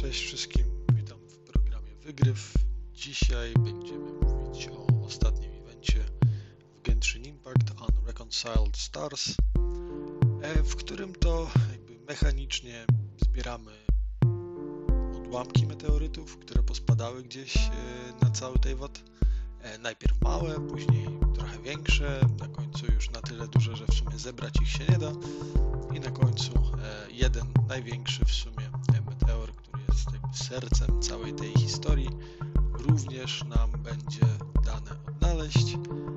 Cześć wszystkim, witam w programie Wygryw. Dzisiaj będziemy mówić o ostatnim evencie w Genshin Impact Unreconciled Stars, w którym to mechanicznie zbieramy odłamki meteorytów, które pospadały gdzieś na cały Teyvat. Najpierw małe, później trochę większe, na końcu już na tyle duże, że w sumie zebrać ich się nie da. I na końcu jeden największy w sumie meteor, który jest jakby sercem całej tej historii, również nam będzie dane odnaleźć.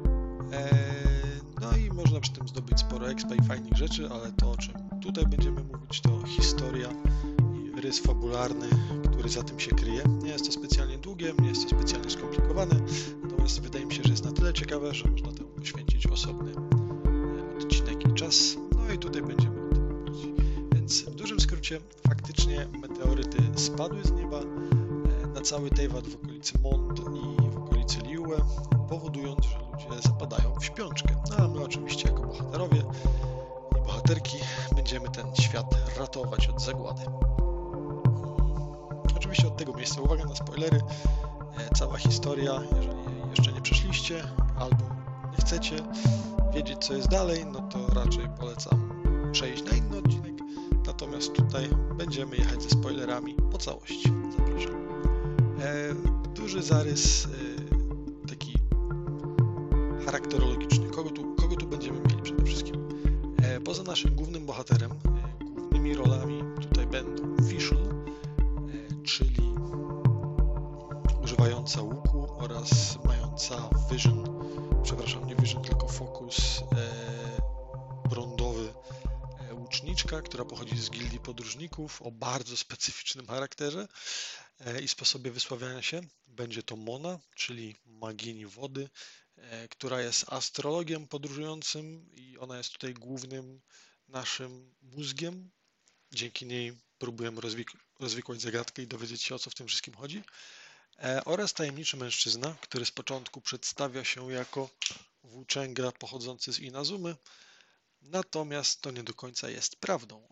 No i można przy tym zdobyć sporo expa i fajnych rzeczy, ale to, o czym tutaj będziemy mówić, to historia i rys fabularny, który za tym się kryje. Nie jest to specjalnie długie, nie jest to specjalnie skomplikowane, natomiast wydaje mi się, że jest na tyle ciekawe, że można temu poświęcić osobny odcinek i czas. No i tutaj będziemy o tym mówić. Więc w dużym skrócie faktycznie meteoryty spadły z nieba na cały Teyvat w okolicy Mond i w okolicy Liyue, powodując, że ludzie zapadają w śpiączkę. No a my oczywiście jako bohaterowie i bohaterki będziemy ten świat ratować od zagłady. Oczywiście od tego miejsca uwaga na spoilery. Cała historia, jeżeli jej jeszcze nie przeszliście albo nie chcecie wiedzieć, co jest dalej, no to raczej polecam przejść na inny odcinek. Natomiast tutaj będziemy jechać ze spoilerami po całości. Zapraszam. Duży zarys taki charakterologiczny. Kogo tu będziemy mieli przede wszystkim? Poza naszym głównym bohaterem, głównymi rolami tutaj będą Fischl, czyli używająca łuku oraz mająca nie vision, tylko fokus brązowy łuczniczka, która pochodzi z gildii podróżników o bardzo specyficznym charakterze i sposobie wysławiania się. Będzie to Mona, czyli magini wody, która jest astrologiem podróżującym i ona jest tutaj głównym naszym mózgiem. Dzięki niej próbujemy rozwikłać zagadkę i dowiedzieć się, o co w tym wszystkim chodzi. Oraz tajemniczy mężczyzna, który z początku przedstawia się jako włóczęga pochodzący z Inazumy, natomiast to nie do końca jest prawdą,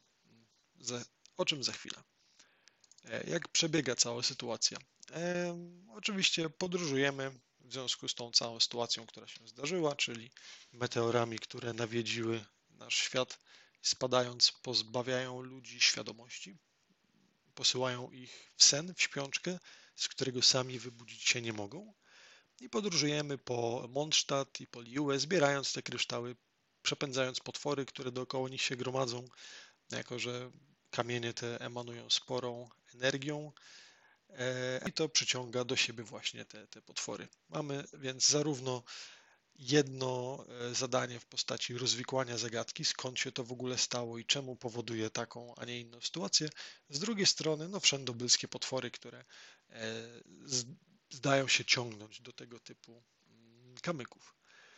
o czym za chwilę. Jak przebiega cała sytuacja? Oczywiście podróżujemy w związku z tą całą sytuacją, która się zdarzyła, czyli meteorami, które nawiedziły nasz świat, spadając, pozbawiają ludzi świadomości, posyłają ich w sen, w śpiączkę, z którego sami wybudzić się nie mogą. I podróżujemy po Mondstadt i po Liyue, zbierając te kryształy, przepędzając potwory, które dookoła nich się gromadzą, jako że kamienie te emanują sporą energią i to przyciąga do siebie właśnie te potwory. Mamy więc zarówno jedno zadanie w postaci rozwikłania zagadki, skąd się to w ogóle stało i czemu powoduje taką, a nie inną sytuację. Z drugiej strony, wszędobylskie potwory, które zdają się ciągnąć do tego typu kamyków.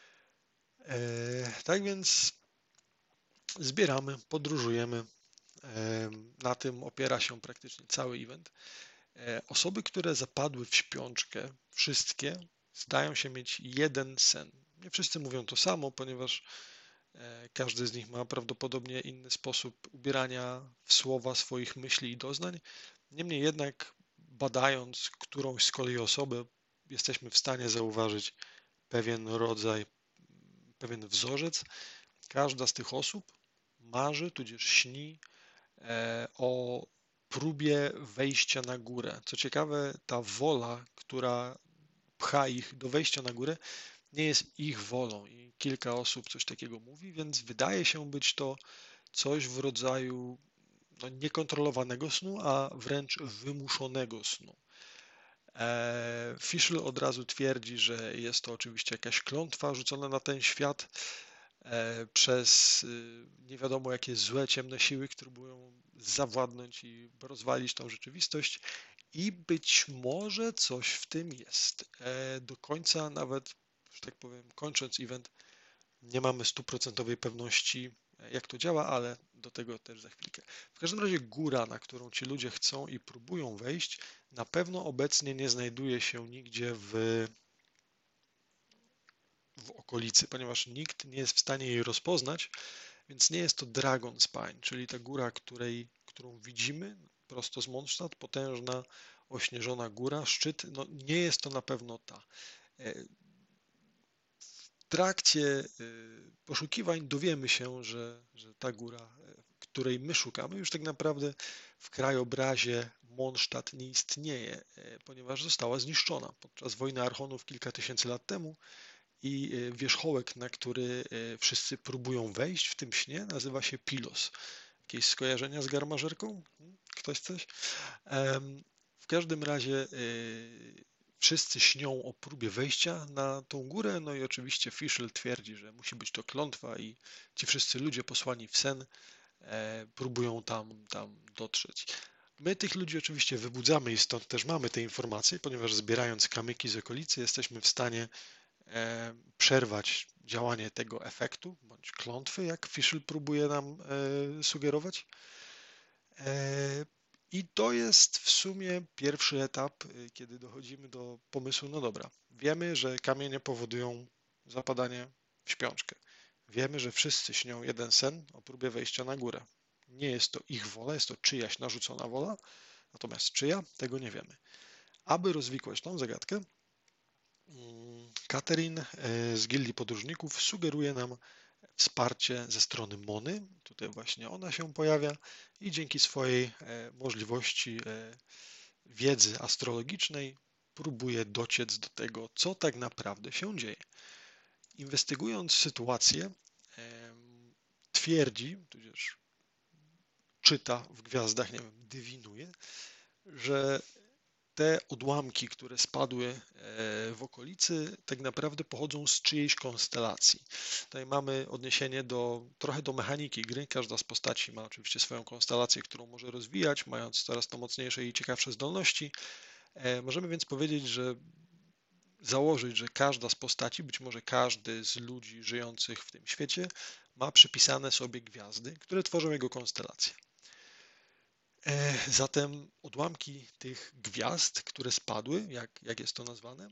Tak więc zbieramy, podróżujemy. Na tym opiera się praktycznie cały event. Osoby, które zapadły w śpiączkę, wszystkie zdają się mieć jeden sen. Nie wszyscy mówią to samo, ponieważ każdy z nich ma prawdopodobnie inny sposób ubierania w słowa swoich myśli i doznań. Niemniej jednak, badając którąś z kolei osobę, jesteśmy w stanie zauważyć pewien rodzaj, pewien wzorzec. Każda z tych osób marzy, tudzież śni o próbie wejścia na górę. Co ciekawe, ta wola, która pcha ich do wejścia na górę, nie jest ich wolą i kilka osób coś takiego mówi, więc wydaje się być to coś w rodzaju niekontrolowanego snu, a wręcz wymuszonego snu. Fischl od razu twierdzi, że jest to oczywiście jakaś klątwa rzucona na ten świat przez nie wiadomo jakie złe, ciemne siły, które próbują zawładnąć i rozwalić tą rzeczywistość i być może coś w tym jest. Do końca nawet, że tak powiem, kończąc event, nie mamy 100% pewności, jak to działa, ale do tego też za chwilkę. W każdym razie góra, na którą ci ludzie chcą i próbują wejść, na pewno obecnie nie znajduje się nigdzie w okolicy, ponieważ nikt nie jest w stanie jej rozpoznać, więc nie jest to Dragon Spine, czyli ta góra, którą widzimy prosto z Mondstadt, potężna, ośnieżona góra, szczyt, no nie jest to na pewno ta. W trakcie poszukiwań dowiemy się, że ta góra, której my szukamy, już tak naprawdę w krajobrazie Mondstadt nie istnieje, ponieważ została zniszczona podczas wojny Archonów kilka tysięcy lat temu i wierzchołek, na który wszyscy próbują wejść w tym śnie, nazywa się Pilos. Jakieś skojarzenia z garmażerką? Ktoś coś? W każdym razie wszyscy śnią o próbie wejścia na tą górę, no i oczywiście Fischl twierdzi, że musi być to klątwa i ci wszyscy ludzie posłani w sen próbują tam dotrzeć. My tych ludzi oczywiście wybudzamy i stąd też mamy te informacje, ponieważ zbierając kamyki z okolicy jesteśmy w stanie przerwać działanie tego efektu bądź klątwy, jak Fischl próbuje nam sugerować. I to jest w sumie pierwszy etap, kiedy dochodzimy do pomysłu, no dobra, wiemy, że kamienie powodują zapadanie w śpiączkę. Wiemy, że wszyscy śnią jeden sen o próbie wejścia na górę. Nie jest to ich wola, jest to czyjaś narzucona wola, natomiast czyja, tego nie wiemy. Aby rozwikłać tą zagadkę, Catherine z Gildii Podróżników sugeruje nam wsparcie ze strony Mony. Tutaj właśnie ona się pojawia i dzięki swojej możliwości wiedzy astrologicznej próbuje dociec do tego, co tak naprawdę się dzieje. Inwestygując sytuację, twierdzi, tudzież czyta w gwiazdach, nie wiem, dywinuje, że te odłamki, które spadły w okolicy, tak naprawdę pochodzą z czyjejś konstelacji. Tutaj mamy odniesienie trochę do mechaniki gry. Każda z postaci ma oczywiście swoją konstelację, którą może rozwijać, mając coraz to mocniejsze i ciekawsze zdolności. Możemy więc założyć, że każda z postaci, być może każdy z ludzi żyjących w tym świecie, ma przypisane sobie gwiazdy, które tworzą jego konstelację. Zatem odłamki tych gwiazd, które spadły, jak jest to nazwane,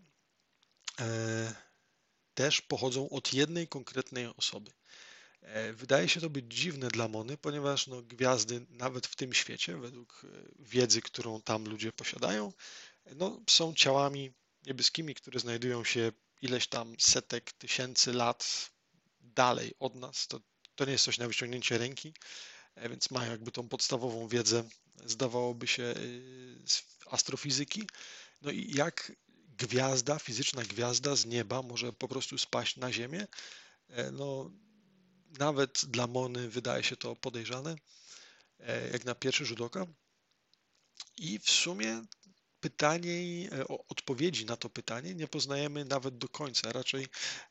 też pochodzą od jednej konkretnej osoby. Wydaje się to być dziwne dla Mony, ponieważ no, gwiazdy nawet w tym świecie, według wiedzy, którą tam ludzie posiadają, no, są ciałami niebieskimi, które znajdują się ileś tam setek tysięcy lat dalej od nas. To nie jest coś na wyciągnięcie ręki, więc mają jakby tą podstawową wiedzę, zdawałoby się, z astrofizyki. No i jak gwiazda, fizyczna gwiazda z nieba może po prostu spaść na Ziemię? No, nawet dla Mony wydaje się to podejrzane, jak na pierwszy rzut oka. I w sumie odpowiedzi na to pytanie nie poznajemy nawet do końca. Raczej,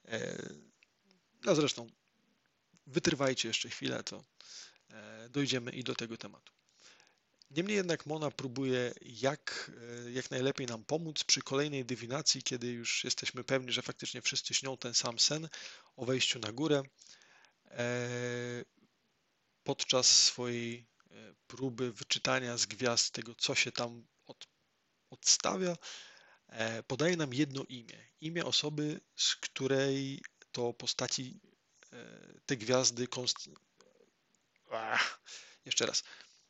no zresztą, wytrwajcie jeszcze chwilę, to dojdziemy i do tego tematu. Niemniej jednak Mona próbuje jak najlepiej nam pomóc przy kolejnej dywinacji, kiedy już jesteśmy pewni, że faktycznie wszyscy śnią ten sam sen o wejściu na górę. Podczas swojej próby wyczytania z gwiazd tego, co się tam odstawia, podaje nam jedno imię. Imię osoby, z której to postaci te gwiazdy jeszcze raz.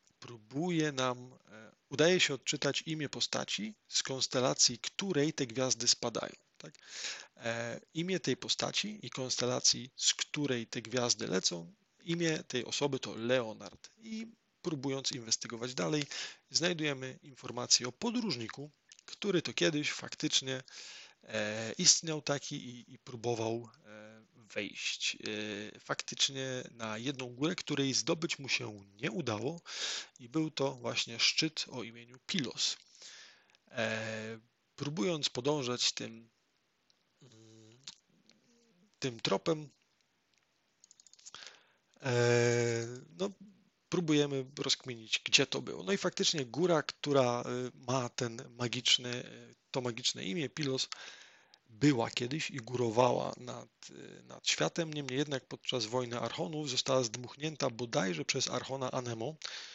Udaje się odczytać imię postaci, z konstelacji której te gwiazdy spadają. Tak? Imię tej postaci i konstelacji, z której te gwiazdy lecą, imię tej osoby to Leonard. I próbując inwestygować dalej, znajdujemy informację o podróżniku, który to kiedyś faktycznie istniał taki i próbował wejść faktycznie na jedną górę, której zdobyć mu się nie udało i był to właśnie szczyt o imieniu Pilos. Próbując podążać tym tropem, no, próbujemy rozkminić, gdzie to było. No i faktycznie góra, która ma to magiczne imię, Pilos, była kiedyś i górowała nad światem, niemniej jednak podczas wojny Archonów została zdmuchnięta bodajże przez Archona Anemo.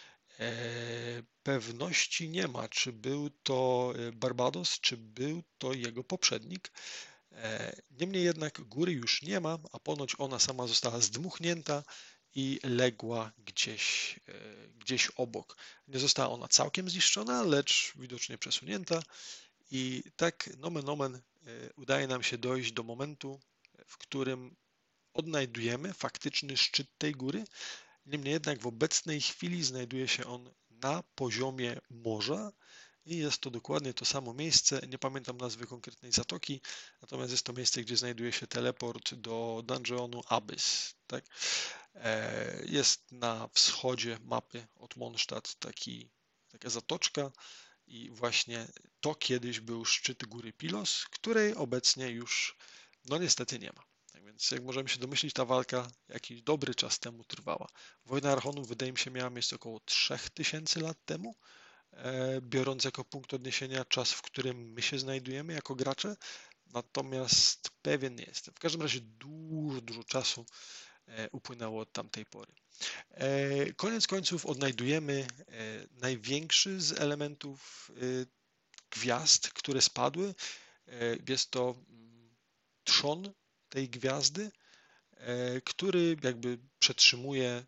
Pewności nie ma, czy był to Barbados, czy był to jego poprzednik. Niemniej jednak góry już nie ma, a ponoć ona sama została zdmuchnięta i legła gdzieś obok. Nie została ona całkiem zniszczona, lecz widocznie przesunięta i tak nomen omen udaje nam się dojść do momentu, w którym odnajdujemy faktyczny szczyt tej góry. Niemniej jednak w obecnej chwili znajduje się on na poziomie morza i jest to dokładnie to samo miejsce. Nie pamiętam nazwy konkretnej zatoki, natomiast jest to miejsce, gdzie znajduje się teleport do dungeonu Abyss. Tak? Jest na wschodzie mapy od Mondstadt taka zatoczka i właśnie to kiedyś był szczyt góry Pilos, której obecnie już no niestety nie ma. Tak więc jak możemy się domyślić, ta walka jakiś dobry czas temu trwała. Wojna Archonów wydaje mi się miała miejsce około 3000 lat temu, biorąc jako punkt odniesienia czas, w którym my się znajdujemy jako gracze, natomiast pewien nie jestem. W każdym razie dużo czasu upłynęło od tamtej pory. Koniec końców odnajdujemy największy z elementów gwiazd, które spadły. Jest to trzon tej gwiazdy, który jakby przetrzymuje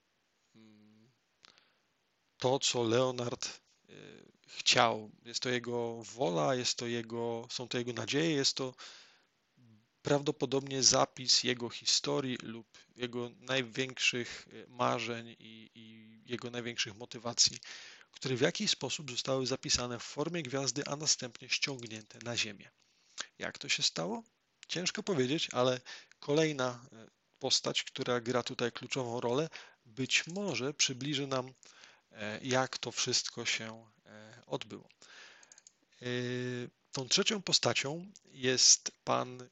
to, co Leonard chciał. Jest to jego wola, są to jego nadzieje, jest to prawdopodobnie zapis jego historii lub jego największych marzeń i jego największych motywacji, które w jakiś sposób zostały zapisane w formie gwiazdy, a następnie ściągnięte na Ziemię. Jak to się stało? Ciężko powiedzieć, ale kolejna postać, która gra tutaj kluczową rolę, być może przybliży nam, jak to wszystko się odbyło. Tą trzecią postacią jest pan,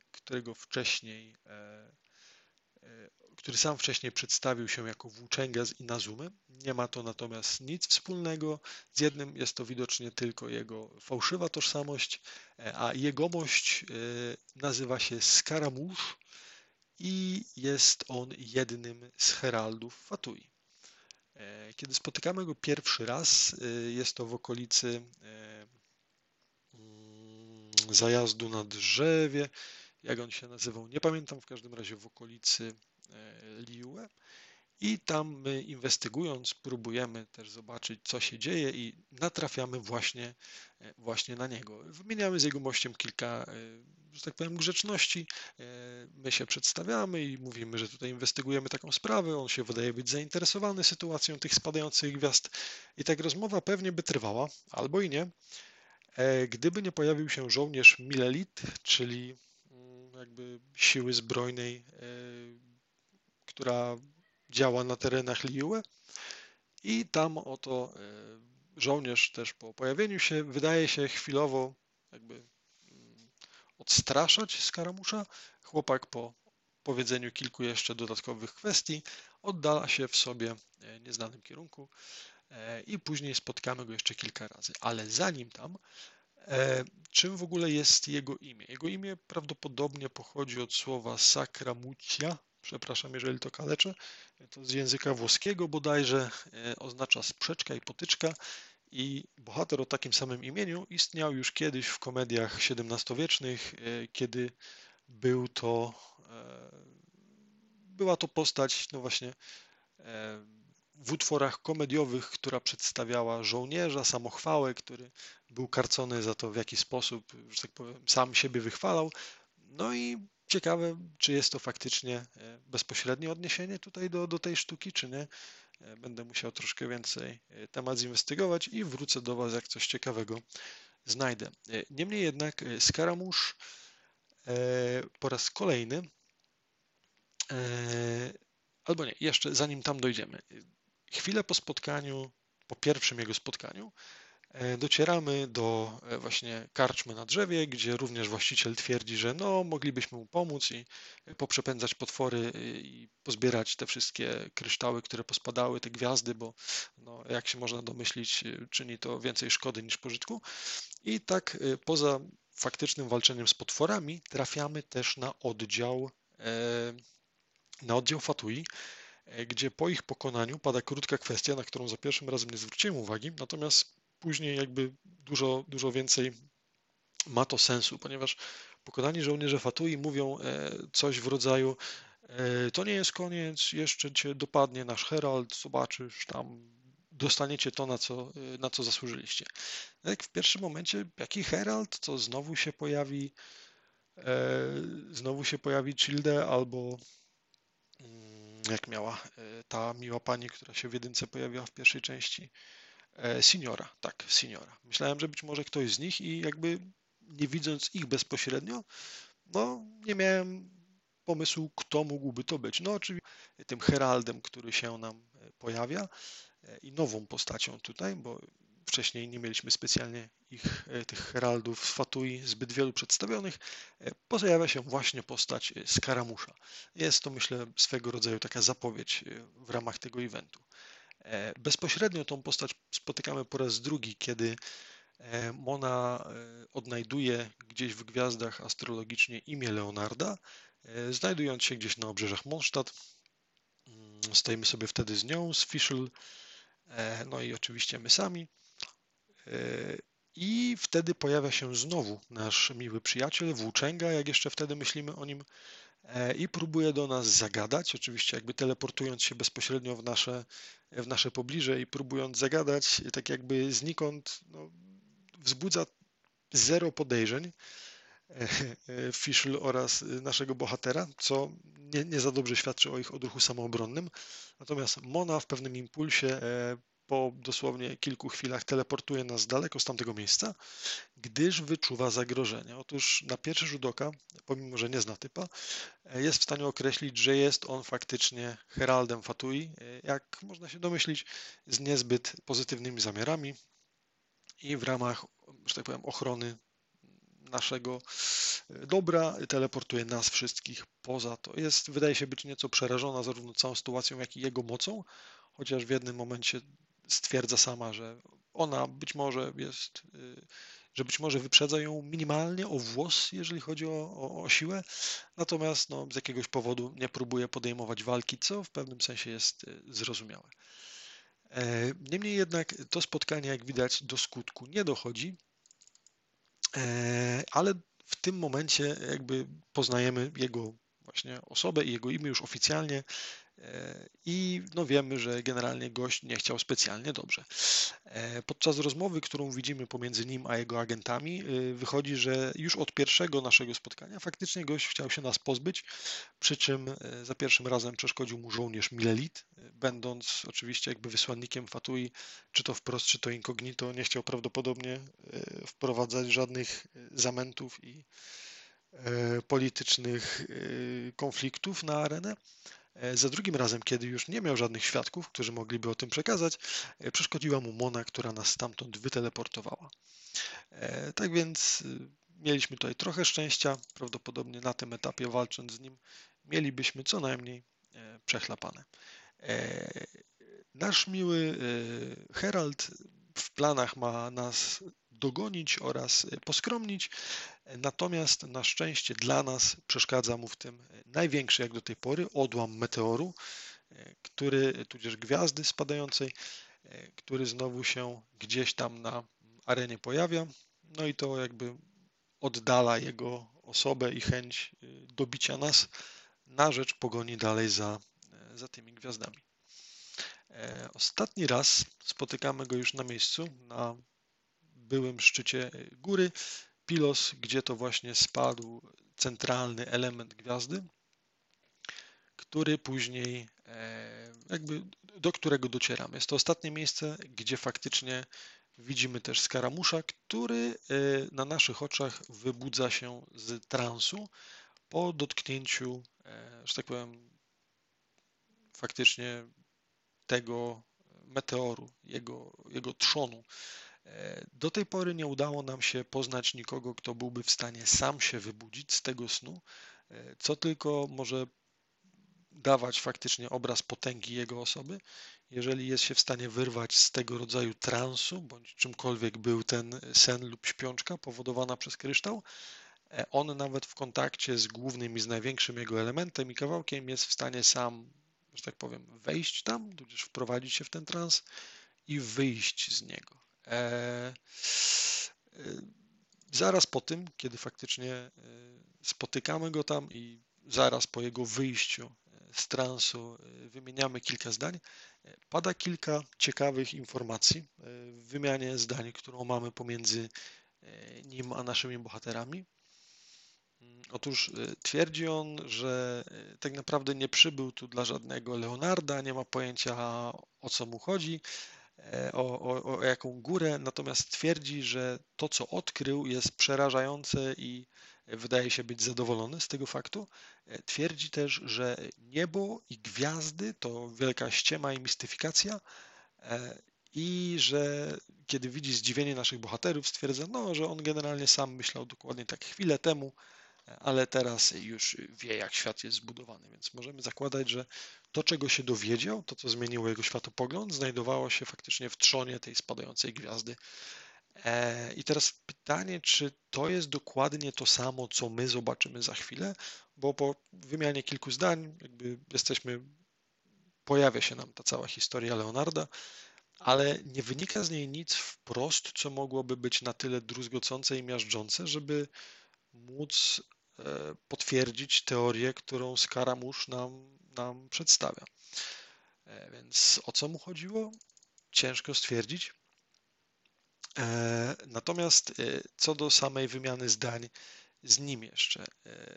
który sam wcześniej przedstawił się jako włóczęga z Inazumy. Nie ma to natomiast nic wspólnego z jednym, jest to widocznie tylko jego fałszywa tożsamość, a jegomość nazywa się Scaramouche i jest on jednym z heraldów Fatui. Kiedy spotykamy go pierwszy raz, jest to w okolicy zajazdu na drzewie, jak on się nazywał, nie pamiętam, w każdym razie w okolicy Liyue. I tam my inwestygując, próbujemy też zobaczyć, co się dzieje i natrafiamy właśnie na niego. Wymieniamy z jego mościem kilka, że tak powiem, grzeczności. My się przedstawiamy i mówimy, że tutaj inwestygujemy taką sprawę. On się wydaje być zainteresowany sytuacją tych spadających gwiazd. I tak rozmowa pewnie by trwała, albo i nie, gdyby nie pojawił się żołnierz Milelit, czyli jakby siły zbrojnej, która działa na terenach Liyue i tam oto żołnierz też po pojawieniu się wydaje się chwilowo jakby odstraszać Skaramusza. Chłopak po powiedzeniu kilku jeszcze dodatkowych kwestii oddala się w sobie nieznanym kierunku i później spotkamy go jeszcze kilka razy. Ale zanim tam, czym w ogóle jest jego imię? Jego imię prawdopodobnie pochodzi od słowa Sakramucia, przepraszam, jeżeli to kaleczę, to z języka włoskiego bodajże, oznacza sprzeczka i potyczka i bohater o takim samym imieniu istniał już kiedyś w komediach XVII-wiecznych, kiedy była to postać, no właśnie, w utworach komediowych, która przedstawiała żołnierza, samochwałę, który był karcony za to, w jaki sposób, że tak powiem, sam siebie wychwalał. No i ciekawe, czy jest to faktycznie bezpośrednie odniesienie tutaj do tej sztuki, czy nie. Będę musiał troszkę więcej temat zinwestygować i wrócę do Was, jak coś ciekawego znajdę. Niemniej jednak Skaramusz po raz kolejny, albo nie, jeszcze zanim tam dojdziemy, chwilę po pierwszym jego spotkaniu, docieramy do właśnie karczmy na drzewie, gdzie również właściciel twierdzi, że no, moglibyśmy mu pomóc i poprzepędzać potwory i pozbierać te wszystkie kryształy, które pospadały, te gwiazdy, bo no, jak się można domyślić, czyni to więcej szkody niż pożytku. I tak poza faktycznym walczeniem z potworami trafiamy też na oddział Fatui, gdzie po ich pokonaniu pada krótka kwestia, na którą za pierwszym razem nie zwróciłem uwagi, natomiast później jakby dużo więcej ma to sensu, ponieważ pokonani żołnierze Fatui mówią coś w rodzaju To nie jest koniec, jeszcze cię dopadnie nasz herald, zobaczysz tam, dostaniecie to, na co zasłużyliście. Jak w pierwszym momencie, jaki herald, to znowu się pojawi Childe albo jak miała ta miła pani, która się w jedynce pojawiła w pierwszej części, Seniora, tak, Seniora. Myślałem, że być może ktoś z nich i jakby nie widząc ich bezpośrednio, no nie miałem pomysłu, kto mógłby to być. No oczywiście tym heraldem, który się nam pojawia i nową postacią tutaj, bo wcześniej nie mieliśmy specjalnie tych heraldów z Fatui zbyt wielu przedstawionych, pojawia się właśnie postać Skaramusza. Jest to, myślę, swego rodzaju taka zapowiedź w ramach tego eventu. Bezpośrednio tą postać spotykamy po raz drugi, kiedy Mona odnajduje gdzieś w gwiazdach astrologicznie imię Leonarda, znajdując się gdzieś na obrzeżach Mondstadt. Stoimy sobie wtedy z nią, z Fischl, no i oczywiście my sami. I wtedy pojawia się znowu nasz miły przyjaciel, Włóczęga, jak jeszcze wtedy myślimy o nim, i próbuje do nas zagadać, oczywiście jakby teleportując się bezpośrednio w nasze pobliże i próbując zagadać, tak jakby znikąd, no, wzbudza zero podejrzeń Fischl oraz naszego bohatera, co nie za dobrze świadczy o ich odruchu samoobronnym. Natomiast Mona w pewnym impulsie po dosłownie kilku chwilach teleportuje nas daleko z tamtego miejsca, gdyż wyczuwa zagrożenie. Otóż na pierwszy rzut oka, pomimo że nie zna typa, jest w stanie określić, że jest on faktycznie heraldem Fatui, jak można się domyślić, z niezbyt pozytywnymi zamiarami i w ramach, że tak powiem, ochrony naszego dobra teleportuje nas wszystkich poza to. Wydaje się być nieco przerażona zarówno całą sytuacją, jak i jego mocą, chociaż w jednym momencie stwierdza sama, że ona być może że być może wyprzedza ją minimalnie o włos, jeżeli chodzi o siłę, natomiast no, z jakiegoś powodu nie próbuje podejmować walki, co w pewnym sensie jest zrozumiałe. Niemniej jednak to spotkanie, jak widać, do skutku nie dochodzi, ale w tym momencie jakby poznajemy jego właśnie osobę i jego imię już oficjalnie i no wiemy, że generalnie gość nie chciał specjalnie dobrze. Podczas rozmowy, którą widzimy pomiędzy nim a jego agentami, wychodzi, że już od pierwszego naszego spotkania faktycznie gość chciał się nas pozbyć, przy czym za pierwszym razem przeszkodził mu żołnierz Milelit, będąc oczywiście jakby wysłannikiem Fatui, czy to wprost, czy to incognito, nie chciał prawdopodobnie wprowadzać żadnych zamętów i politycznych konfliktów na arenę. Za drugim razem, kiedy już nie miał żadnych świadków, którzy mogliby o tym przekazać, przeszkodziła mu Mona, która nas stamtąd wyteleportowała. Tak więc mieliśmy tutaj trochę szczęścia. Prawdopodobnie na tym etapie, walcząc z nim, mielibyśmy co najmniej przechlapane. Nasz miły Herald w planach ma nas dogonić oraz poskromnić, natomiast na szczęście dla nas przeszkadza mu w tym największy jak do tej pory odłam meteoru, tudzież gwiazdy spadającej, który znowu się gdzieś tam na arenie pojawia. No i to jakby oddala jego osobę i chęć dobicia nas na rzecz pogoni dalej za tymi gwiazdami. Ostatni raz spotykamy go już na miejscu, na byłym szczycie góry Pilos, gdzie to właśnie spadł centralny element gwiazdy, który później jakby do którego docieramy. Jest to ostatnie miejsce, gdzie faktycznie widzimy też Skaramusza, który na naszych oczach wybudza się z transu po dotknięciu, że tak powiem, faktycznie tego meteoru, jego trzonu. Do tej pory nie udało nam się poznać nikogo, kto byłby w stanie sam się wybudzić z tego snu, co tylko może dawać faktycznie obraz potęgi jego osoby. Jeżeli jest się w stanie wyrwać z tego rodzaju transu, bądź czymkolwiek był ten sen lub śpiączka powodowana przez kryształ, on nawet w kontakcie z głównym i z największym jego elementem i kawałkiem jest w stanie sam, że tak powiem, wejść tam, tudzież wprowadzić się w ten trans i wyjść z niego. Zaraz po tym, kiedy faktycznie spotykamy go tam i zaraz po jego wyjściu z transu wymieniamy kilka zdań, pada kilka ciekawych informacji w wymianie zdań, którą mamy pomiędzy nim a naszymi bohaterami. Otóż twierdzi on, że tak naprawdę nie przybył tu dla żadnego Leonarda, nie ma pojęcia o co mu chodzi, o jaką górę, natomiast twierdzi, że to co odkrył jest przerażające i wydaje się być zadowolony z tego faktu. Twierdzi też, że niebo i gwiazdy to wielka ściema i mistyfikacja i że kiedy widzi zdziwienie naszych bohaterów, stwierdza, no, że on generalnie sam myślał dokładnie tak chwilę temu, ale teraz już wie, jak świat jest zbudowany, więc możemy zakładać, że to, czego się dowiedział, to, co zmieniło jego światopogląd, znajdowało się faktycznie w trzonie tej spadającej gwiazdy. I teraz pytanie, czy to jest dokładnie to samo, co my zobaczymy za chwilę, bo po wymianie kilku zdań pojawia się nam ta cała historia Leonarda, ale nie wynika z niej nic wprost, co mogłoby być na tyle druzgocące i miażdżące, żeby móc potwierdzić teorię, którą Skaramusz nam przedstawia. Więc o co mu chodziło? Ciężko stwierdzić. Natomiast co do samej wymiany zdań z nim jeszcze.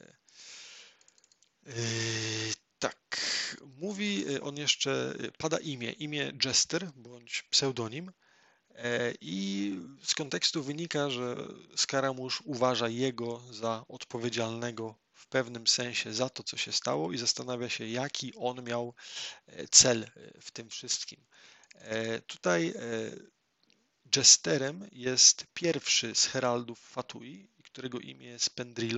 Tak, mówi on jeszcze, pada imię Jester bądź pseudonim i z kontekstu wynika, że Skaramusz uważa jego za odpowiedzialnego w pewnym sensie za to, co się stało i zastanawia się, jaki on miał cel w tym wszystkim. Tutaj Jesterem jest pierwszy z heraldów Fatui, którego imię jest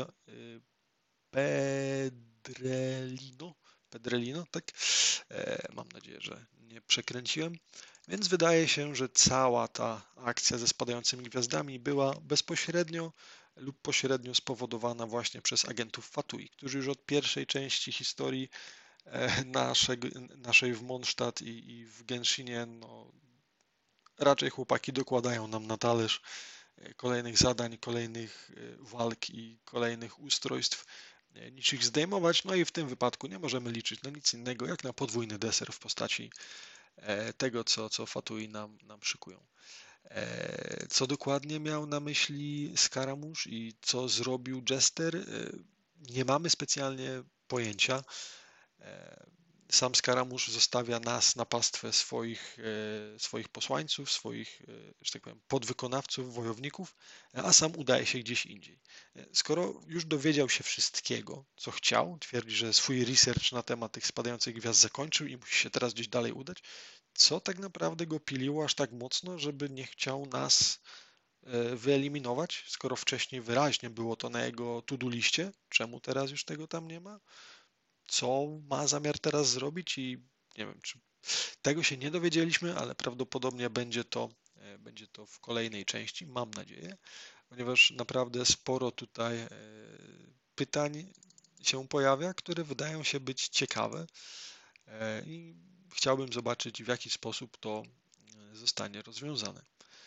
Pedrelino, tak? Mam nadzieję, że nie przekręciłem. Więc wydaje się, że cała ta akcja ze spadającymi gwiazdami była bezpośrednio lub pośrednio spowodowana właśnie przez agentów Fatui, którzy już od pierwszej części historii naszej w Mondstadt i w Genshinie, no, raczej chłopaki dokładają nam na talerz kolejnych zadań, kolejnych walk i kolejnych ustrojstw, niż ich zdejmować. No i w tym wypadku nie możemy liczyć na nic innego, jak na podwójny deser w postaci tego, co Fatui nam szykują. Co dokładnie miał na myśli Skaramusz i co zrobił Jester, nie mamy specjalnie pojęcia. Sam Skaramusz zostawia nas na pastwę swoich posłańców, swoich, że tak powiem, podwykonawców, wojowników, a sam udaje się gdzieś indziej. Skoro już dowiedział się wszystkiego, co chciał, twierdzi, że swój research na temat tych spadających gwiazd zakończył i musi się teraz gdzieś dalej udać, co tak naprawdę go piliło aż tak mocno, żeby nie chciał nas wyeliminować, skoro wcześniej wyraźnie było to na jego to-do liście, czemu teraz już tego tam nie ma? Co ma zamiar teraz zrobić i nie wiem, czy tego się nie dowiedzieliśmy, ale prawdopodobnie będzie to w kolejnej części, mam nadzieję, ponieważ naprawdę sporo tutaj pytań się pojawia, które wydają się być ciekawe i chciałbym zobaczyć, w jaki sposób to zostanie rozwiązane.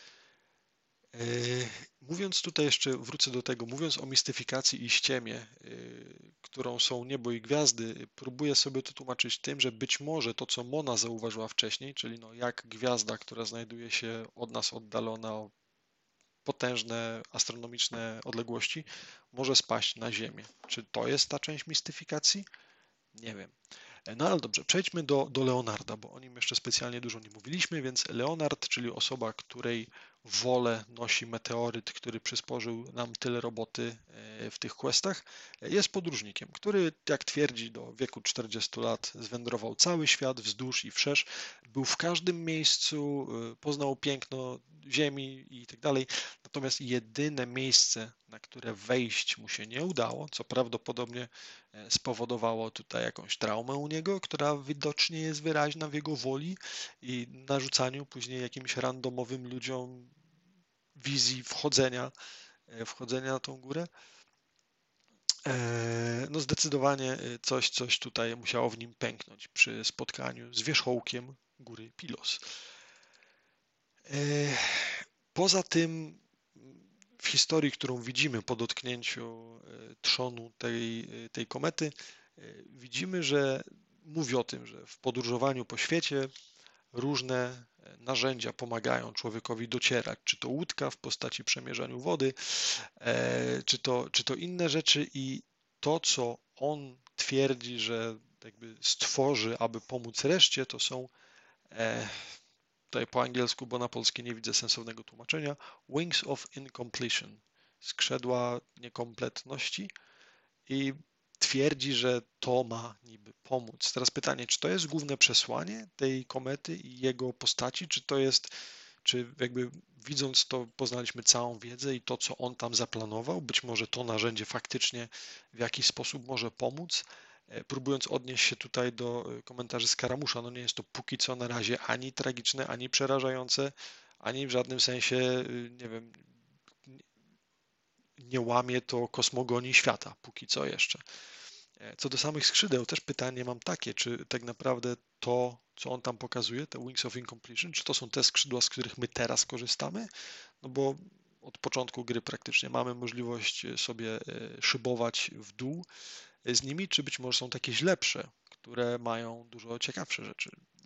Mówiąc tutaj jeszcze, wrócę do tego, mówiąc o mistyfikacji i ściemie, którą są niebo i gwiazdy, próbuję sobie to tłumaczyć tym, że być może to, co Mona zauważyła wcześniej, czyli no jak gwiazda, która znajduje się od nas oddalona o potężne astronomiczne odległości, może spaść na Ziemię. Czy to jest ta część mistyfikacji? Nie wiem. No ale dobrze, przejdźmy do Leonarda, bo o nim jeszcze specjalnie dużo nie mówiliśmy, więc Leonard, czyli osoba, której wolę nosi meteoryt, który przysporzył nam tyle roboty w tych questach, jest podróżnikiem, który, jak twierdzi, do wieku 40 lat zwędrował cały świat wzdłuż i wszerz, był w każdym miejscu, poznał piękno ziemi i tak dalej. Natomiast jedyne miejsce, na które wejść mu się nie udało, co prawdopodobnie spowodowało tutaj jakąś traumę u niego, która widocznie jest wyraźna w jego woli i narzucaniu później jakimś randomowym ludziom wizji wchodzenia na tą górę. No zdecydowanie coś tutaj musiało w nim pęknąć przy spotkaniu z wierzchołkiem góry Pilos. Poza tym w historii, którą widzimy po dotknięciu trzonu tej komety, widzimy, że mówi o tym, że w podróżowaniu po świecie różne narzędzia pomagają człowiekowi docierać, czy to łódka w postaci przemierzania wody, czy to inne rzeczy i to, co on twierdzi, że jakby stworzy, aby pomóc reszcie, to są tutaj po angielsku, bo na polskie nie widzę sensownego tłumaczenia, wings of incompletion, skrzydła niekompletności i twierdzi, że to ma niby pomóc. Teraz pytanie, czy to jest główne przesłanie tej komety i jego postaci, czy jakby widząc to poznaliśmy całą wiedzę i to, co on tam zaplanował, być może to narzędzie faktycznie w jakiś sposób może pomóc. Próbując odnieść się tutaj do komentarzy Skaramusza, no nie jest to póki co na razie ani tragiczne, ani przerażające, ani w żadnym sensie, nie wiem, nie łamie to kosmogonii świata, póki co jeszcze. Co do samych skrzydeł, też pytanie mam takie, czy tak naprawdę to, co on tam pokazuje, te Wings of Incompletion, czy to są te skrzydła, z których my teraz korzystamy? No bo od początku gry praktycznie mamy możliwość sobie szybować w dół z nimi, czy być może są jakieś lepsze, które mają dużo ciekawsze rzeczy.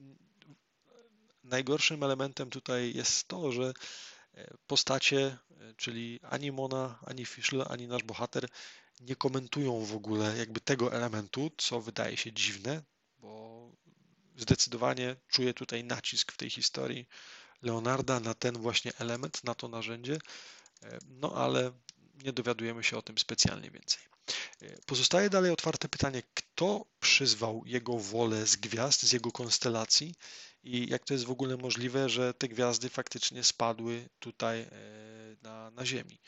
Najgorszym elementem tutaj jest to, że postacie, czyli ani Mona, ani Fischl, ani nasz bohater nie komentują w ogóle jakby tego elementu, co wydaje się dziwne, bo zdecydowanie czuję tutaj nacisk w tej historii Leonarda na ten właśnie element, na to narzędzie, no ale nie dowiadujemy się o tym specjalnie więcej. Pozostaje dalej otwarte pytanie, kto przyzwał jego wolę z gwiazd, z jego konstelacji i jak to jest w ogóle możliwe, że te gwiazdy faktycznie spadły tutaj na Ziemi.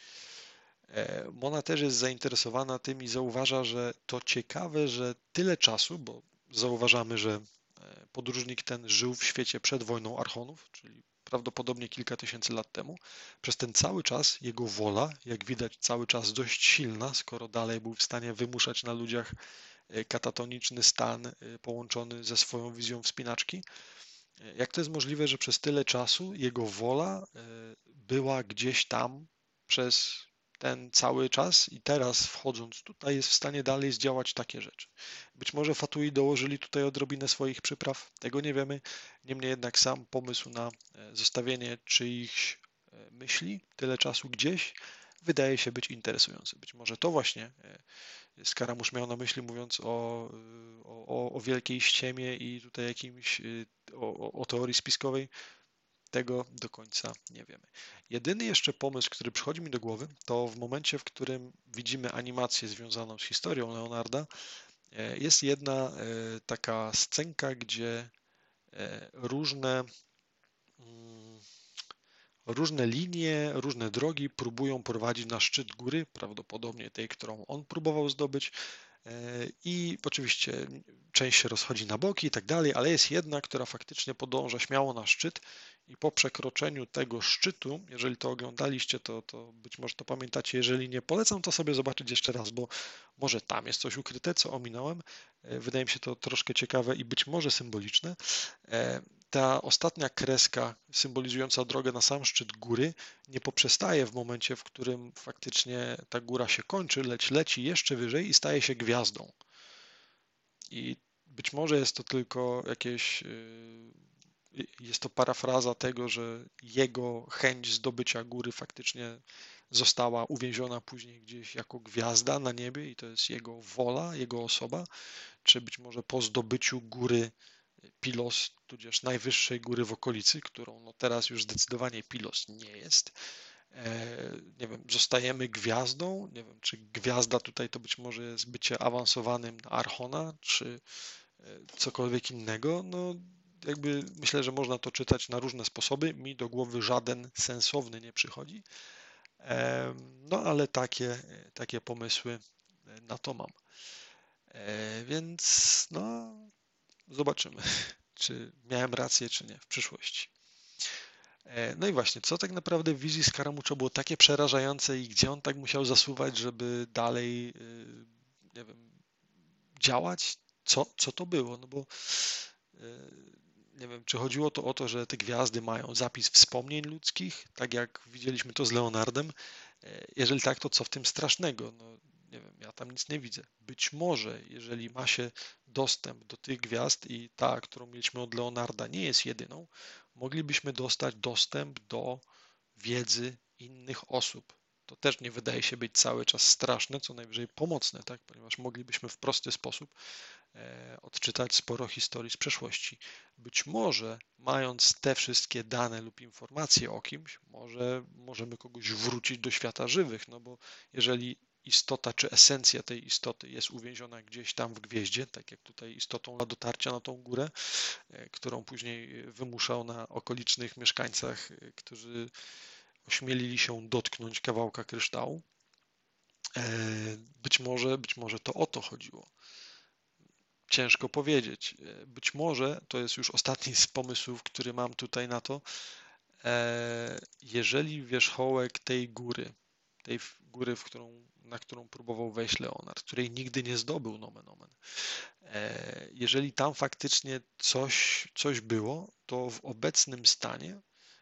Mona też jest zainteresowana tym i zauważa, że to ciekawe, że tyle czasu, bo zauważamy, że podróżnik ten żył w świecie przed wojną Archonów, czyli prawdopodobnie kilka tysięcy lat temu. Przez ten cały czas jego wola, jak widać, cały czas dość silna, skoro dalej był w stanie wymuszać na ludziach katatoniczny stan połączony ze swoją wizją wspinaczki. Jak to jest możliwe, że przez tyle czasu jego wola była gdzieś tam przez ten cały czas i teraz wchodząc tutaj jest w stanie dalej zdziałać takie rzeczy. Być może Fatui dołożyli tutaj odrobinę swoich przypraw, tego nie wiemy. Niemniej jednak sam pomysł na zostawienie czyichś myśli tyle czasu gdzieś wydaje się być interesujący. Być może to właśnie Skaramusz miał na myśli, mówiąc o wielkiej ściemie i tutaj jakimś o teorii spiskowej. Tego do końca nie wiemy. Jedyny jeszcze pomysł, który przychodzi mi do głowy, to w momencie, w którym widzimy animację związaną z historią Leonarda, jest jedna taka scenka, gdzie różne linie, różne drogi próbują prowadzić na szczyt góry, prawdopodobnie tej, którą on próbował zdobyć. I oczywiście część się rozchodzi na boki i tak dalej, ale jest jedna, która faktycznie podąża śmiało na szczyt i po przekroczeniu tego szczytu, jeżeli to oglądaliście, to być może to pamiętacie, jeżeli nie, polecam to sobie zobaczyć jeszcze raz, bo może tam jest coś ukryte, co ominąłem. Wydaje mi się to troszkę ciekawe i być może symboliczne. Ta ostatnia kreska symbolizująca drogę na sam szczyt góry nie poprzestaje w momencie, w którym faktycznie ta góra się kończy, lecz leci jeszcze wyżej i staje się gwiazdą. I być może jest to tylko jest to parafraza tego, że jego chęć zdobycia góry faktycznie została uwięziona później gdzieś jako gwiazda na niebie i to jest jego wola, jego osoba, czy być może po zdobyciu góry Pilos, tudzież najwyższej góry w okolicy, którą no teraz już zdecydowanie Pilos nie jest. Nie wiem, zostajemy gwiazdą, nie wiem, czy gwiazda tutaj to być może jest bycie awansowanym na Archona, czy cokolwiek innego. No jakby myślę, że można to czytać na różne sposoby. Mi do głowy żaden sensowny nie przychodzi. No ale takie pomysły na to mam. Więc no zobaczymy, czy miałem rację, czy nie w przyszłości. No i właśnie, co tak naprawdę w wizji Skaramucza było takie przerażające i gdzie on tak musiał zasuwać, żeby dalej, nie wiem, działać? Co to było? No bo nie wiem, czy chodziło to o to, że te gwiazdy mają zapis wspomnień ludzkich, tak jak widzieliśmy to z Leonardem, Jeżeli tak, to co w tym strasznego? No, nie wiem, ja tam nic nie widzę. Być może, jeżeli ma się dostęp do tych gwiazd i ta, którą mieliśmy od Leonarda, nie jest jedyną, moglibyśmy dostać dostęp do wiedzy innych osób. To też nie wydaje się być cały czas straszne, co najwyżej pomocne, tak? Ponieważ moglibyśmy w prosty sposób odczytać sporo historii z przeszłości. Być może, mając te wszystkie dane lub informacje o kimś, może możemy kogoś wrócić do świata żywych, no bo jeżeli istota czy esencja tej istoty jest uwięziona gdzieś tam w gwieździe, tak jak tutaj istotą dotarcia na tą górę, którą później wymuszał na okolicznych mieszkańcach, którzy ośmielili się dotknąć kawałka kryształu. Być może to o to chodziło. Ciężko powiedzieć. Być może to jest już ostatni z pomysłów, który mam tutaj na to. Jeżeli wierzchołek tej góry, na którą próbował wejść Leonard, której nigdy nie zdobył, nomen omen, jeżeli tam faktycznie coś było, to w obecnym stanie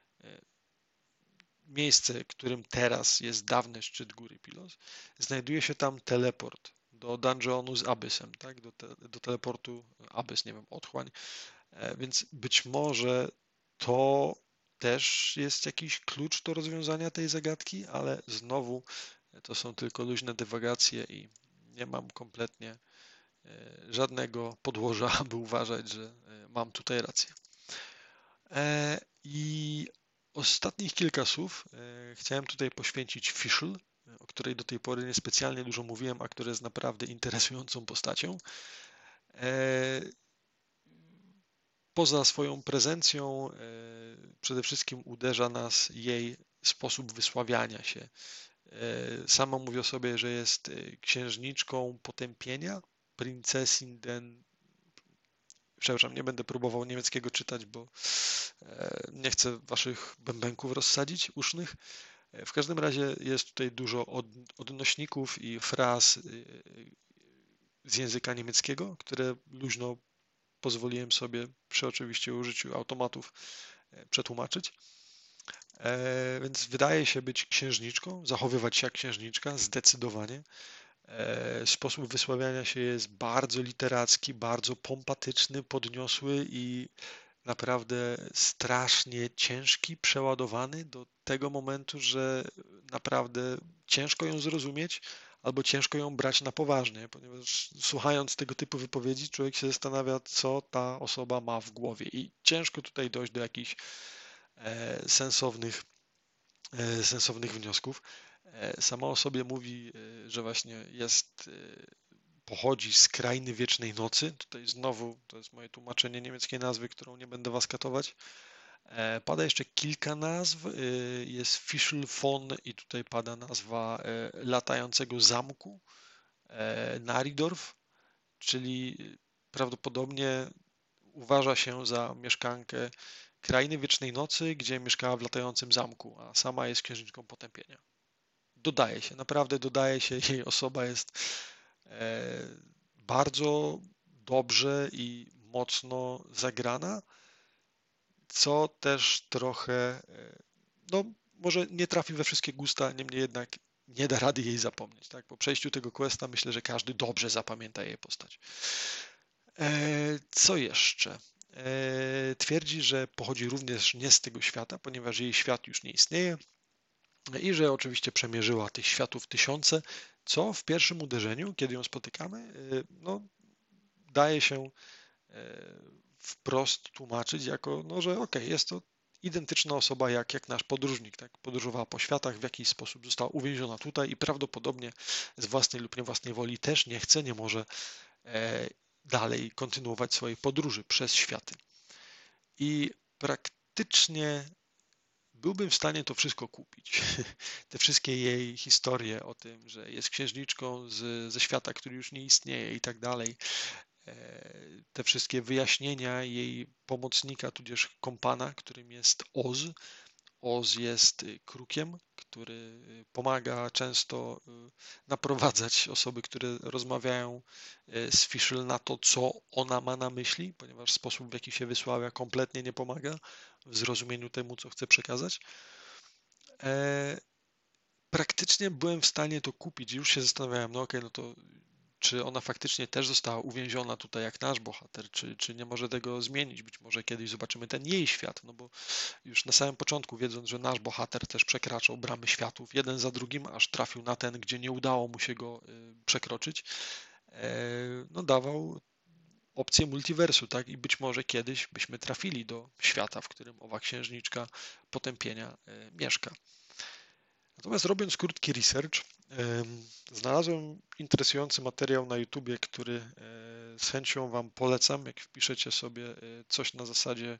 miejsce, którym teraz jest dawny szczyt góry Pilos, znajduje się tam teleport do dungeonu z Abyssem, tak? Do teleportu Abyss, nie wiem, otchłań. Więc być może to też jest jakiś klucz do rozwiązania tej zagadki, ale znowu to są tylko luźne dywagacje i nie mam kompletnie żadnego podłoża, aby uważać, że mam tutaj rację. I ostatnich kilka słów chciałem tutaj poświęcić Fischl, o której do tej pory niespecjalnie dużo mówiłem, a która jest naprawdę interesującą postacią. Poza swoją prezencją przede wszystkim uderza nas jej sposób wysławiania się. Sama mówi o sobie, że jest księżniczką potępienia, Prinzessin den... Przepraszam, nie będę próbował niemieckiego czytać, bo nie chcę waszych bębenków rozsadzić usznych. W każdym razie jest tutaj dużo odnośników i fraz z języka niemieckiego, które luźno pozwoliłem sobie przy oczywiście użyciu automatów przetłumaczyć. Więc wydaje się być księżniczką, zachowywać się jak księżniczka, zdecydowanie. Sposób wysławiania się jest bardzo literacki, bardzo pompatyczny, podniosły i naprawdę strasznie ciężki, przeładowany do tego momentu, że naprawdę ciężko ją zrozumieć albo ciężko ją brać na poważnie, ponieważ słuchając tego typu wypowiedzi, człowiek się zastanawia, co ta osoba ma w głowie i ciężko tutaj dojść do jakichś sensownych wniosków. Sama o sobie mówi, że właśnie pochodzi z krainy wiecznej nocy. Tutaj znowu to jest moje tłumaczenie niemieckiej nazwy, którą nie będę was katować. Pada jeszcze kilka nazw. Jest Fischl von i tutaj pada nazwa latającego zamku Naridorf, czyli prawdopodobnie uważa się za mieszkankę krainy wiecznej nocy, gdzie mieszkała w latającym zamku, a sama jest księżniczką potępienia. Naprawdę dodaje się, jej osoba jest bardzo dobrze i mocno zagrana, co też trochę, no może nie trafi we wszystkie gusta, niemniej jednak nie da rady jej zapomnieć. Tak? Po przejściu tego questa myślę, że każdy dobrze zapamięta jej postać. Co jeszcze? Twierdzi, że pochodzi również nie z tego świata, ponieważ jej świat już nie istnieje i że oczywiście przemierzyła tych światów tysiące, co w pierwszym uderzeniu, kiedy ją spotykamy, no, daje się wprost tłumaczyć jako, no, że okej, jest to identyczna osoba jak nasz podróżnik, tak? Podróżowała po światach, w jakiś sposób została uwięziona tutaj i prawdopodobnie z własnej lub niewłasnej woli też nie chce, nie może dalej kontynuować swojej podróży przez światy. I praktycznie byłbym w stanie to wszystko kupić. Te wszystkie jej historie o tym, że jest księżniczką ze świata, który już nie istnieje i tak dalej. Te wszystkie wyjaśnienia jej pomocnika, tudzież kompana, którym jest Oz. Oz jest krukiem, który pomaga często naprowadzać osoby, które rozmawiają z Fischl na to, co ona ma na myśli, ponieważ sposób, w jaki się wysławia, kompletnie nie pomaga w zrozumieniu temu, co chce przekazać. praktycznie byłem w stanie to kupić. Już się zastanawiałem, no okej, no to czy ona faktycznie też została uwięziona tutaj jak nasz bohater, czy nie może tego zmienić. Być może kiedyś zobaczymy ten jej świat, no bo już na samym początku, wiedząc, że nasz bohater też przekraczał bramy światów, jeden za drugim, aż trafił na ten, gdzie nie udało mu się go przekroczyć, no dawał opcję multiversu, tak? I być może kiedyś byśmy trafili do świata, w którym owa księżniczka potępienia mieszka. Natomiast robiąc krótki research, znalazłem interesujący materiał na YouTubie, który z chęcią Wam polecam. Jak wpiszecie sobie coś na zasadzie,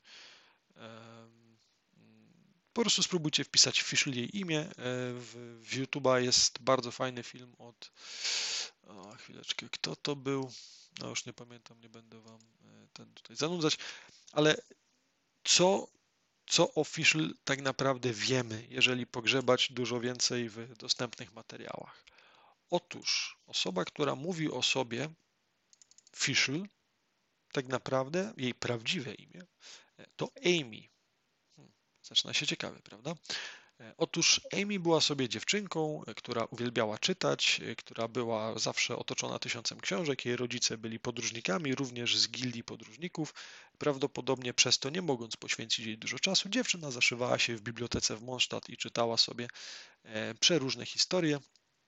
po prostu spróbujcie wpisać Fischl jej imię. W YouTube'a jest bardzo fajny film od, chwileczkę, kto to był? No już nie pamiętam, nie będę Wam ten tutaj zanudzać, ale co o Fischl tak naprawdę wiemy, jeżeli pogrzebać dużo więcej w dostępnych materiałach? Otóż osoba, która mówi o sobie Fischl, tak naprawdę jej prawdziwe imię to Amy. Zaczyna się ciekawe, prawda? Otóż Amy była sobie dziewczynką, która uwielbiała czytać, która była zawsze otoczona tysiącem książek. Jej rodzice byli podróżnikami, również z gildii podróżników. Prawdopodobnie przez to, nie mogąc poświęcić jej dużo czasu, dziewczyna zaszywała się w bibliotece w Mondstadt i czytała sobie przeróżne historie.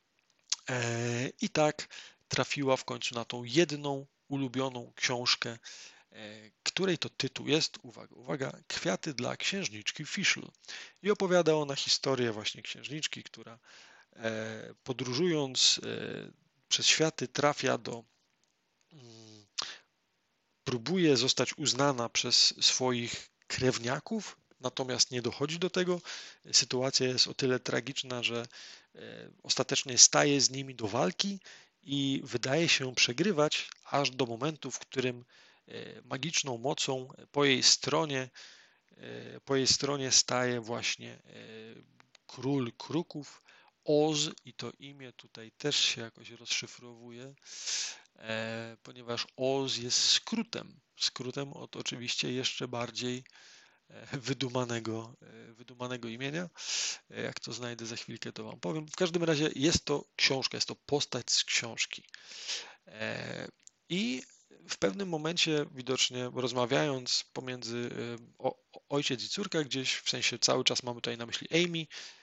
I tak trafiła w końcu na tą jedną ulubioną książkę, której to tytuł jest, uwaga, uwaga, Kwiaty dla księżniczki Fischl. I opowiada ona historię właśnie księżniczki, która podróżując przez światy trafia do, próbuje zostać uznana przez swoich krewniaków, natomiast nie dochodzi do tego. Sytuacja jest o tyle tragiczna, że ostatecznie staje z nimi do walki i wydaje się przegrywać aż do momentu, w którym magiczną mocą po jej stronie staje właśnie król kruków, Oz, i to imię tutaj też się jakoś rozszyfrowuje, ponieważ Oz jest skrótem od oczywiście jeszcze bardziej wydumanego imienia. Jak to znajdę za chwilkę, to Wam powiem. W każdym razie jest to książka, jest to postać z książki. I w pewnym momencie widocznie rozmawiając pomiędzy ojciec i córka gdzieś, w sensie cały czas mamy tutaj na myśli Amy,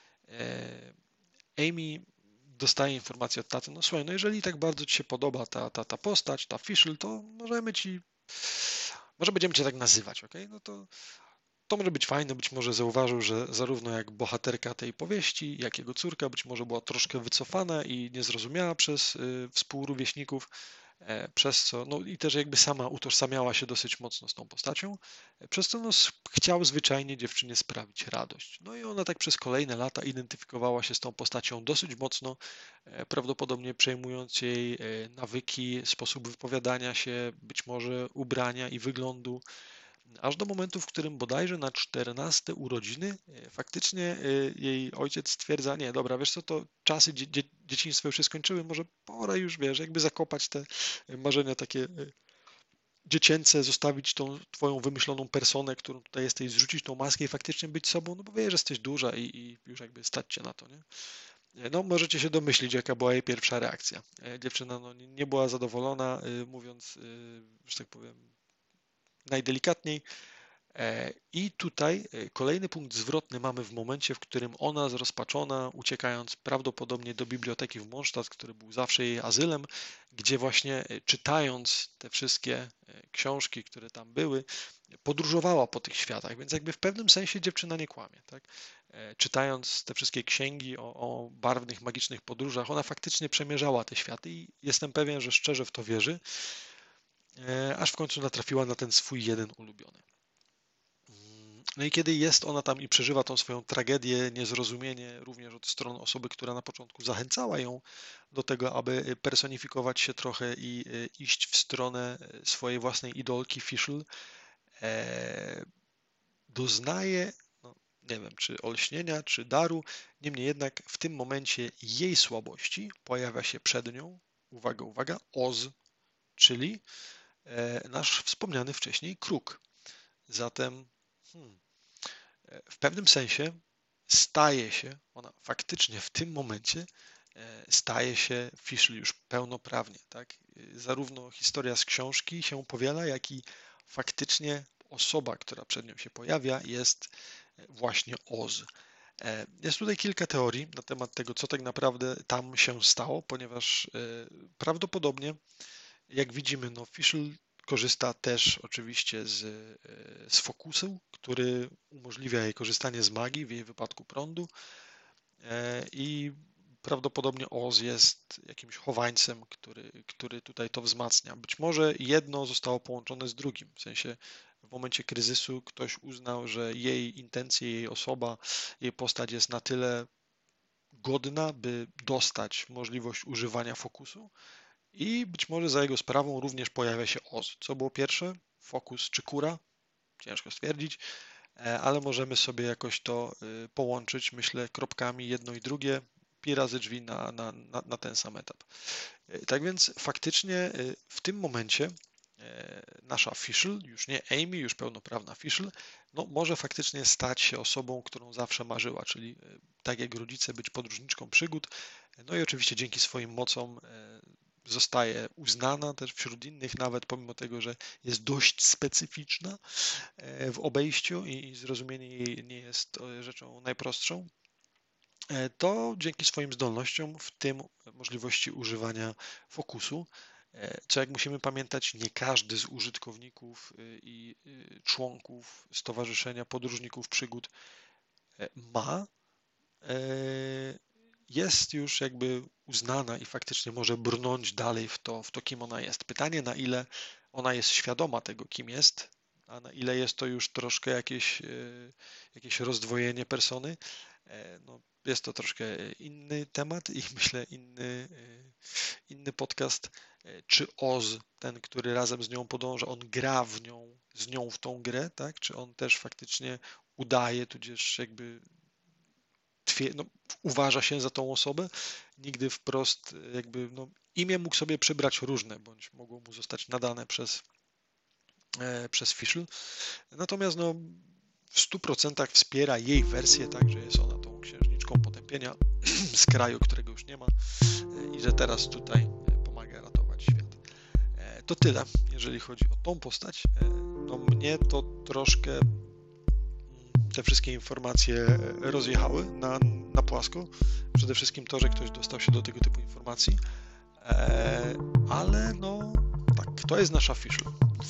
Amy dostaje informację od taty, no słuchaj, no jeżeli tak bardzo Ci się podoba ta postać, ta Fischl, to może będziemy Cię tak nazywać, ok? No to może być fajne, być może zauważył, że zarówno jak bohaterka tej powieści, jak jego córka być może była troszkę wycofana i niezrozumiała przez współrówieśników, przez co, no i też jakby sama utożsamiała się dosyć mocno z tą postacią, przez co no, chciał zwyczajnie dziewczynie sprawić radość. No i ona tak przez kolejne lata identyfikowała się z tą postacią dosyć mocno, prawdopodobnie przejmując jej nawyki, sposób wypowiadania się, być może ubrania i wyglądu, aż do momentu, w którym bodajże na 14 urodziny faktycznie jej ojciec stwierdza, nie, dobra, wiesz co, to czasy dzieciństwa już się skończyły, może pora już, wiesz, jakby zakopać te marzenia takie dziecięce, zostawić tą twoją wymyśloną personę, którą tutaj jesteś, zrzucić tą maskę i faktycznie być sobą, no bo wiesz, że jesteś duża i już jakby stać cię na to, nie? No, możecie się domyślić, jaka była jej pierwsza reakcja. Dziewczyna no, nie była zadowolona, mówiąc, że tak powiem, najdelikatniej. I tutaj kolejny punkt zwrotny mamy w momencie, w którym ona zrozpaczona, uciekając prawdopodobnie do biblioteki w Mondstadt, który był zawsze jej azylem, gdzie właśnie czytając te wszystkie książki, które tam były, podróżowała po tych światach, więc jakby w pewnym sensie dziewczyna nie kłamie, tak? Czytając te wszystkie księgi o barwnych, magicznych podróżach, ona faktycznie przemierzała te światy i jestem pewien, że szczerze w to wierzy, aż w końcu natrafiła na ten swój jeden ulubiony. No i kiedy jest ona tam i przeżywa tą swoją tragedię, niezrozumienie również od strony osoby, która na początku zachęcała ją do tego, aby personifikować się trochę i iść w stronę swojej własnej idolki Fischl, doznaje, no, nie wiem, czy olśnienia, czy daru, niemniej jednak w tym momencie jej słabości pojawia się przed nią, uwaga, uwaga, Oz, czyli nasz wspomniany wcześniej kruk. Zatem w pewnym sensie ona faktycznie w tym momencie staje się Fischl już pełnoprawnie, tak? Zarówno historia z książki się powiela, jak i faktycznie osoba, która przed nią się pojawia, jest właśnie Oz. Jest tutaj kilka teorii na temat tego, co tak naprawdę tam się stało, ponieważ prawdopodobnie, jak widzimy, no Fischl korzysta też oczywiście z fokusu, który umożliwia jej korzystanie z magii, w jej wypadku prądu, i prawdopodobnie Oz jest jakimś chowańcem, który tutaj to wzmacnia. Być może jedno zostało połączone z drugim, w sensie w momencie kryzysu ktoś uznał, że jej intencje, jej osoba, jej postać jest na tyle godna, by dostać możliwość używania fokusu, i być może za jego sprawą również pojawia się Oz. Co było pierwsze? Fokus czy kura? Ciężko stwierdzić, ale możemy sobie jakoś to połączyć, myślę, kropkami jedno i drugie, pi razy drzwi na ten sam etap. Tak więc faktycznie w tym momencie nasza Fischl, już nie Amy, już pełnoprawna Fischl, no może faktycznie stać się osobą, którą zawsze marzyła, czyli tak jak rodzice być podróżniczką przygód, no i oczywiście dzięki swoim mocom zostaje uznana też wśród innych, nawet pomimo tego, że jest dość specyficzna w obejściu i zrozumienie jej nie jest rzeczą najprostszą, to dzięki swoim zdolnościom, w tym możliwości używania fokusu, co jak musimy pamiętać, nie każdy z użytkowników i członków Stowarzyszenia Podróżników Przygód ma, jest już jakby uznana i faktycznie może brnąć dalej w to, kim ona jest. Pytanie, na ile ona jest świadoma tego, kim jest, a na ile jest to już troszkę jakieś rozdwojenie persony. No, jest to troszkę inny temat i myślę inny podcast. Czy Oz, ten, który razem z nią podąża, on gra z nią w tą grę, tak? Czy on też faktycznie udaje, tudzież jakby uważa się za tą osobę? Nigdy wprost jakby imię mógł sobie przybrać różne, bądź mogło mu zostać nadane przez Fischl. Natomiast w 100% wspiera jej wersję, tak, że jest ona tą księżniczką potępienia z kraju, którego już nie ma, i że teraz tutaj pomaga ratować świat. To tyle, jeżeli chodzi o tą postać. Mnie to troszkę te wszystkie informacje rozjechały na płasko. Przede wszystkim to, że ktoś dostał się do tego typu informacji. Ale tak, to jest nasza Fischl.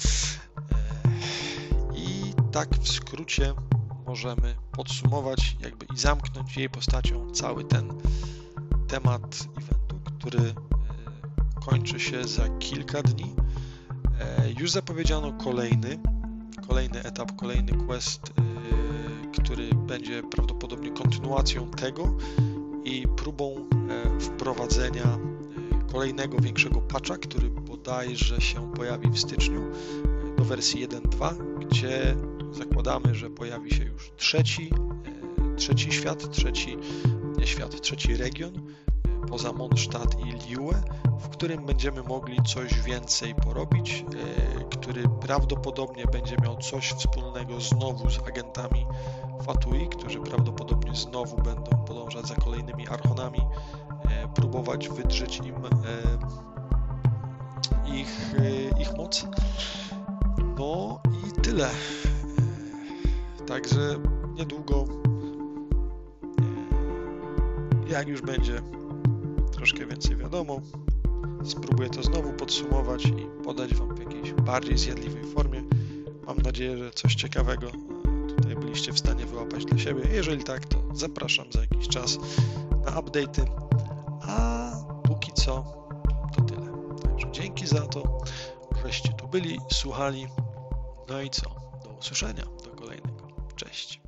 I tak w skrócie możemy podsumować jakby i zamknąć jej postacią cały ten temat eventu, który kończy się za kilka dni. Już zapowiedziano kolejny etap, kolejny quest, który będzie prawdopodobnie kontynuacją tego i próbą wprowadzenia kolejnego większego patcha, który bodajże się pojawi w styczniu do wersji 1.2, gdzie zakładamy, że pojawi się już trzeci region poza Mondstadt i Liyue, w którym będziemy mogli coś więcej porobić, który prawdopodobnie będzie miał coś wspólnego znowu z agentami Fatui, którzy prawdopodobnie znowu będą podążać za kolejnymi archonami, próbować wydrzeć im ich moc. No i tyle. Także niedługo, jak już będzie troszkę więcej wiadomo, spróbuję to znowu podsumować i podać Wam w jakiejś bardziej zjadliwej formie. Mam nadzieję, że coś ciekawego tutaj byliście w stanie wyłapać dla siebie. Jeżeli tak, to zapraszam za jakiś czas na update'y, a póki co to tyle. Także dzięki za to, żeście tu byli, słuchali. No i co? Do usłyszenia, do kolejnego. Cześć.